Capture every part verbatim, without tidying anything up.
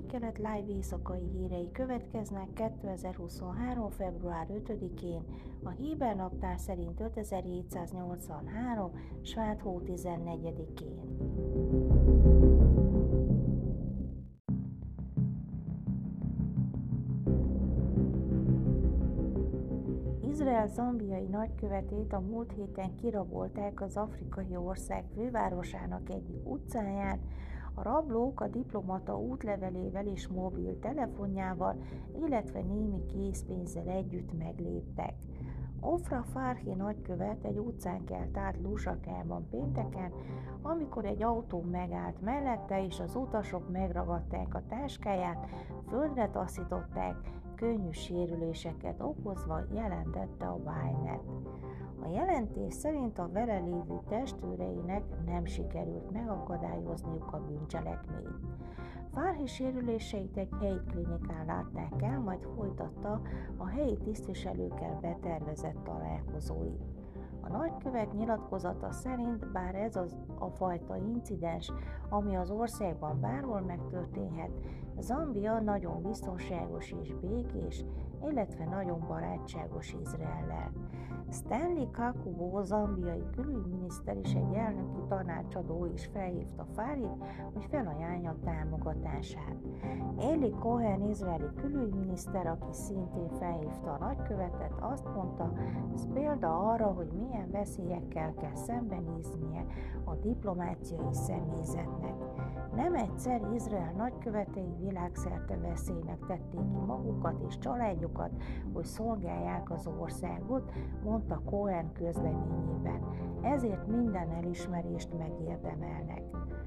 Nyugat-Kelet Live éjszakai hírei következnek kétezer-huszonhárom. február ötödikén, a Héber naptár szerint ötezer-hétszáznyolcvanhárom. Sváth hó tizennegyedikén. Izrael zambiai nagykövetét a múlt héten kirabolták az afrikai ország fővárosának egyik utcáján. A rablók a diplomata útlevelével és mobil telefonjával, illetve némi készpénzzel együtt megléptek. Ofra Farhi nagykövet egy utcán kelt át Lusakában pénteken, amikor egy autó megállt mellette, és az utasok megragadták a táskáját, földre taszították, könnyű sérüléseket okozva, jelentette a Ynet. A jelentés szerint a vele lévő testőreinek nem sikerült megakadályozniuk a bűncselekményt. Farhi sérüléseit egy helyi klinikán látták el, majd folytatta a helyi tisztviselőkkel betervezett találkozóit. A nagykövet nyilatkozata szerint, bár ez az a fajta incidens, ami az országban bárhol megtörténhet, Zambia nagyon biztonságos és békés, illetve nagyon barátságos Izraellel. Stanley Kakubo, zambiai külügyminiszter és egy elnöki tanácsadó is felhívta Farhit, hogy felajánlja támogatását. Eli Cohen, izraeli külügyminiszter, aki szintén felhívta a nagykövetet, azt mondta, ez példa arra, hogy milyen veszélyekkel kell szembenéznie a diplomáciai személyzetnek. Nem egyszer Izrael nagykövetei világszerte veszélynek tették ki magukat és családjukat, hogy szolgálják az országot, mondta Cohen közleményében. Ezért minden elismerést megérdemelnek.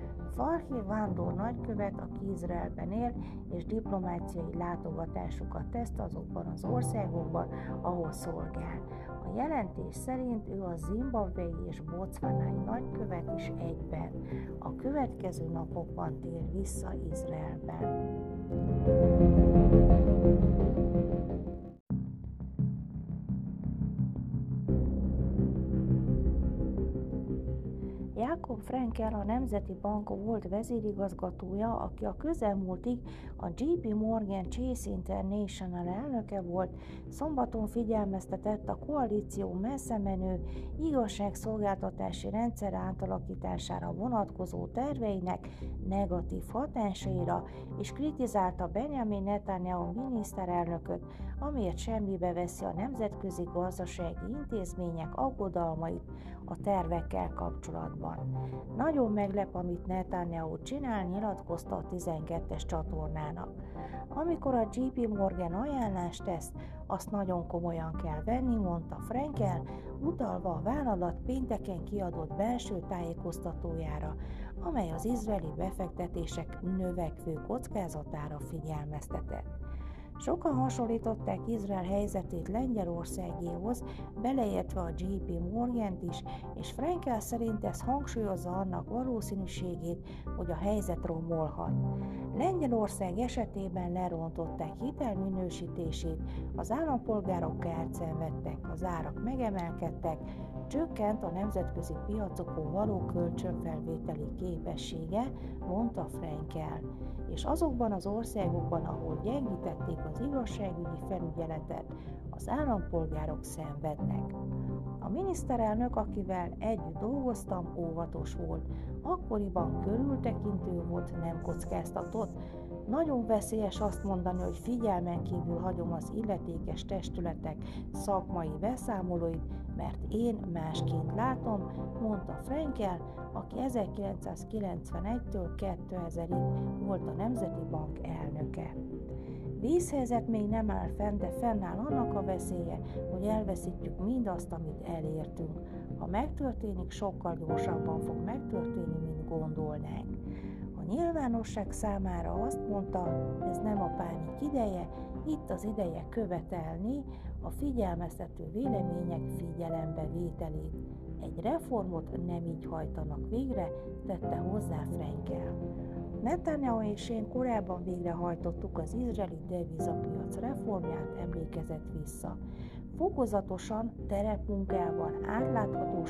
Farhi vándor nagykövet, aki Izraelben él, és diplomáciai látogatásokat tesz azokban az országokban, ahol szolgál. A jelentés szerint ő a zimbabwei és botswanai nagykövet is egyben. A következő napokban tér vissza Izraelben. Jakob Frenkel, a Nemzeti Bank volt vezérigazgatója, aki a közelmúltig a jé pé Morgan Chase International elnöke volt, szombaton figyelmeztetett a koalíció messzemenő igazságszolgáltatási rendszer átalakítására vonatkozó terveinek negatív hatásaira, és kritizálta Benjamin Netanyahu miniszterelnököt, amiért semmibe veszi a nemzetközi gazdasági intézmények aggodalmait a tervekkel kapcsolatban. Nagyon meglep, amit Netanyahu csinál, nyilatkozta a tizenkettes csatornának. Amikor a jé pé Morgan ajánlást tesz, azt nagyon komolyan kell venni, mondta Frenkel, utalva a vállalat pénteken kiadott belső tájékoztatójára, amely az izraeli befektetések növekvő kockázatára figyelmeztetett. Sokan hasonlították Izrael helyzetét Lengyelországéhoz, beleértve a jé pé Morgant is, és Frenkel szerint ez hangsúlyozza annak valószínűségét, hogy a helyzet romolhat. Lengyelország esetében lerontották hitelminősítését, az állampolgárok kárt szenvedtek, az árak megemelkedtek, csökkent a nemzetközi piacokon való kölcsönfelvételi képessége, mondta Frenkel. És azokban az országokban, ahol gyengítették az igazságügyi felügyeletet, az állampolgárok szenvednek. A miniszterelnök, akivel együtt dolgoztam, óvatos volt. Akkoriban körültekintő volt, nem kockáztatott. Nagyon veszélyes azt mondani, hogy figyelmen kívül hagyom az illetékes testületek szakmai beszámolóit, mert én másként látom, mondta Frenkel, aki ezerkilencszázkilencvenegytől kétezerig volt a Nemzeti Bank elnöke. Vészhelyzet még nem áll fenn, de fennáll annak a veszélye, hogy elveszítjük mindazt, amit elértünk. Ha megtörténik, sokkal gyorsabban fog megtörténni, mint gondolnánk. A nyilvánosság számára azt mondta, ez nem a pánik ideje, itt az ideje követelni a figyelmeztető vélemények figyelembe vételét. Egy reformot nem így hajtanak végre, tette hozzá Frenkel. Netanyahu és én korábban végrehajtottuk az izraeli devizapiac reformját, emlékezett vissza. Fokozatosan, terepmunkával,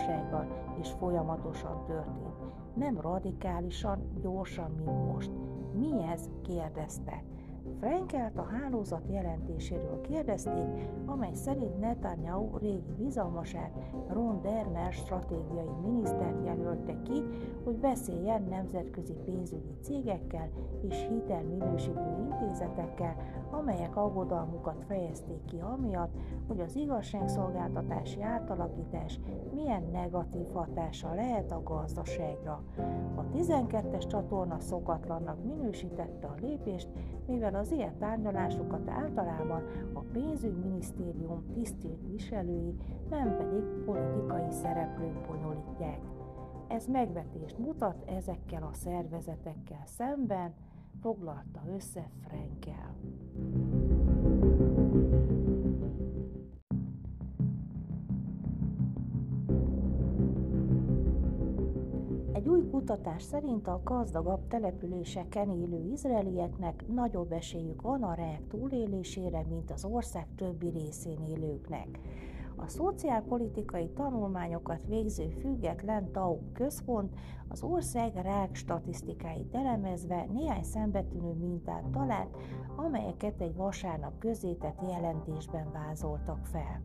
átláthatósággal és folyamatosan történt. Nem radikálisan, gyorsan, mint most. Mi ez? kérdezte. Frankelt a hálózat jelentéséről kérdezték, amely szerint Netanyahu régi bizalmasát, Ron Dermer stratégiai minisztert jelölte ki, hogy beszéljen nemzetközi pénzügyi cégekkel és hitelminősítő intézetekkel, amelyek aggodalmukat fejezték ki amiatt, hogy az igazságszolgáltatási átalakítás milyen negatív hatása lehet a gazdaságra. A tizenkettes csatorna szokatlannak minősítette a lépést, mivel az ilyen tárgyalásokat általában a pénzügyminisztérium tisztségviselői, nem pedig politikai szereplők bonyolítják. Ez megvetést mutat ezekkel a szervezetekkel szemben, foglalta össze Frankel. Egy új kutatás szerint a gazdagabb településeken élő izraelieknek nagyobb esélyük van a rák túlélésére, mint az ország többi részén élőknek. A szociálpolitikai tanulmányokat végző független té á u központ az ország rák statisztikáit elemezve néhány szembetűnő mintát talált, amelyeket egy vasárnap közzétett jelentésben vázoltak fel.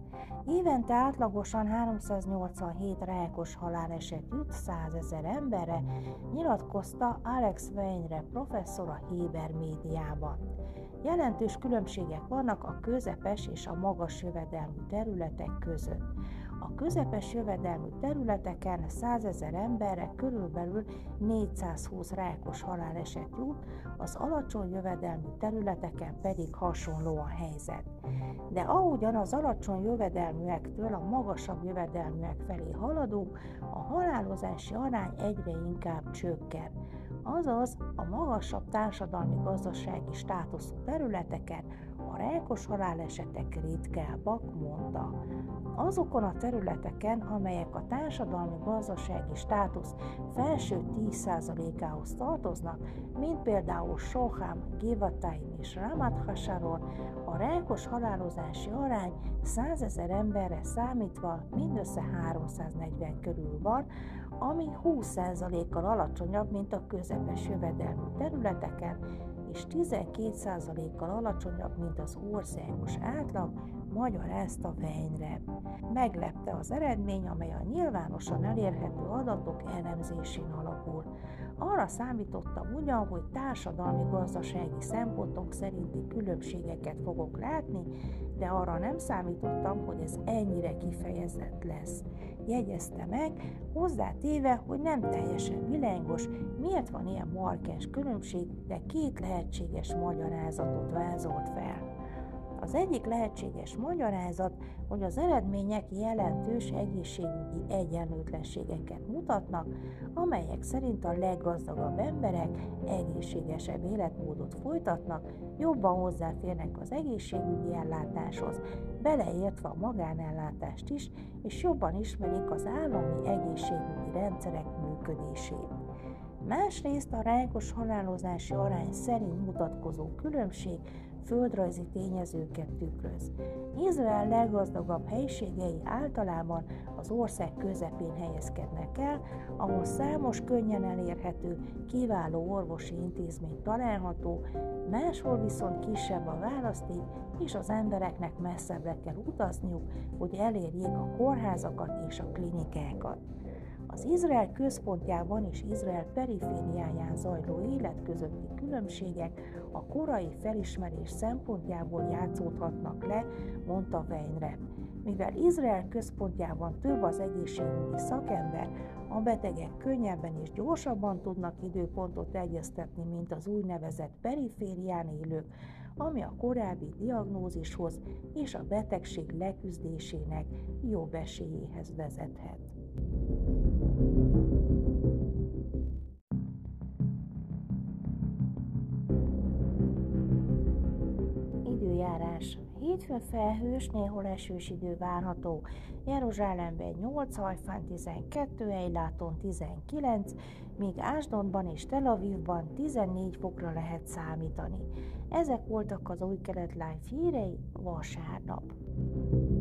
Évente átlagosan háromszáznyolcvanhét rákos haláleset jut százezer emberre, nyilatkozta Alex Weinre professzor a Héber médiában. Jelentős különbségek vannak a közepes és a magas jövedelmű területek között. A közepes jövedelmű területeken százezer emberre körülbelül négyszázhúsz rákos haláleset jut, az alacsony jövedelmű területeken pedig hasonló a helyzet. De ahogyan az alacsony jövedelműektől a magasabb jövedelműek felé haladunk, a halálozási arány egyre inkább csökken. Azaz a magasabb társadalmi-gazdasági státuszú területeken a rákos halálesetek ritkábbak, mondta. Azokon a területeken, amelyek a társadalmi-gazdasági státusz felső tíz százalékához tartoznak, mint például Soham, Givatayim és Ramat Hasharon, a rákos halálozási arány százezer emberre számítva mindössze háromszáznegyven körül van, ami húsz százalékkal alacsonyabb, mint a közepes jövedelmű területeken, és tizenkét százalékkal alacsonyabb, mint az országos átlag, magyarázta Weinre. Meglepte az eredmény, amely a nyilvánosan elérhető adatok elemzésén alapul. Arra számítottam ugyan, hogy társadalmi-gazdasági szempontok szerinti különbségeket fogok látni, de arra nem számítottam, hogy ez ennyire kifejezett lesz. Jegyezte meg, hozzátéve, hogy nem teljesen világos, miért van ilyen markáns különbség, de két lehetséges magyarázatot vázolt fel. Az egyik lehetséges magyarázat, hogy az eredmények jelentős egészségügyi egyenlőtlenségeket mutatnak, amelyek szerint a leggazdagabb emberek egészségesebb életmódot folytatnak, jobban hozzáférnek az egészségügyi ellátáshoz, beleértve a magánellátást is, és jobban ismerik az állami egészségügyi rendszerek működését. Másrészt a rákos halálozási arány szerint mutatkozó különbség földrajzi tényezőket tükröz. Izrael leggazdagabb helyiségei általában az ország közepén helyezkednek el, ahol számos könnyen elérhető, kiváló orvosi intézmény található, máshol viszont kisebb a választék, és az embereknek messzebbre kell utazniuk, hogy elérjék a kórházakat és a klinikákat. Az Izrael központjában és Izrael perifériáján zajló élet közötti különbségek a korai felismerés szempontjából játszódhatnak le, mondta Weinre. Mivel Izrael központjában több az egészségügyi szakember, a betegek könnyebben és gyorsabban tudnak időpontot egyeztetni, mint az úgynevezett periférián élők, ami a korábbi diagnózishoz és a betegség leküzdésének jobb esélyéhez vezethet. Időjárás. Hétfőn felhős, néhol esős idő várható. Jeruzsálemben nyolc, Hajfán tizenkettő, Eiláton tizenkilenc, míg Ásdodban és Tel Avivban tizennégy fokra lehet számítani. Ezek voltak az Új Kelet Live hírei vasárnap.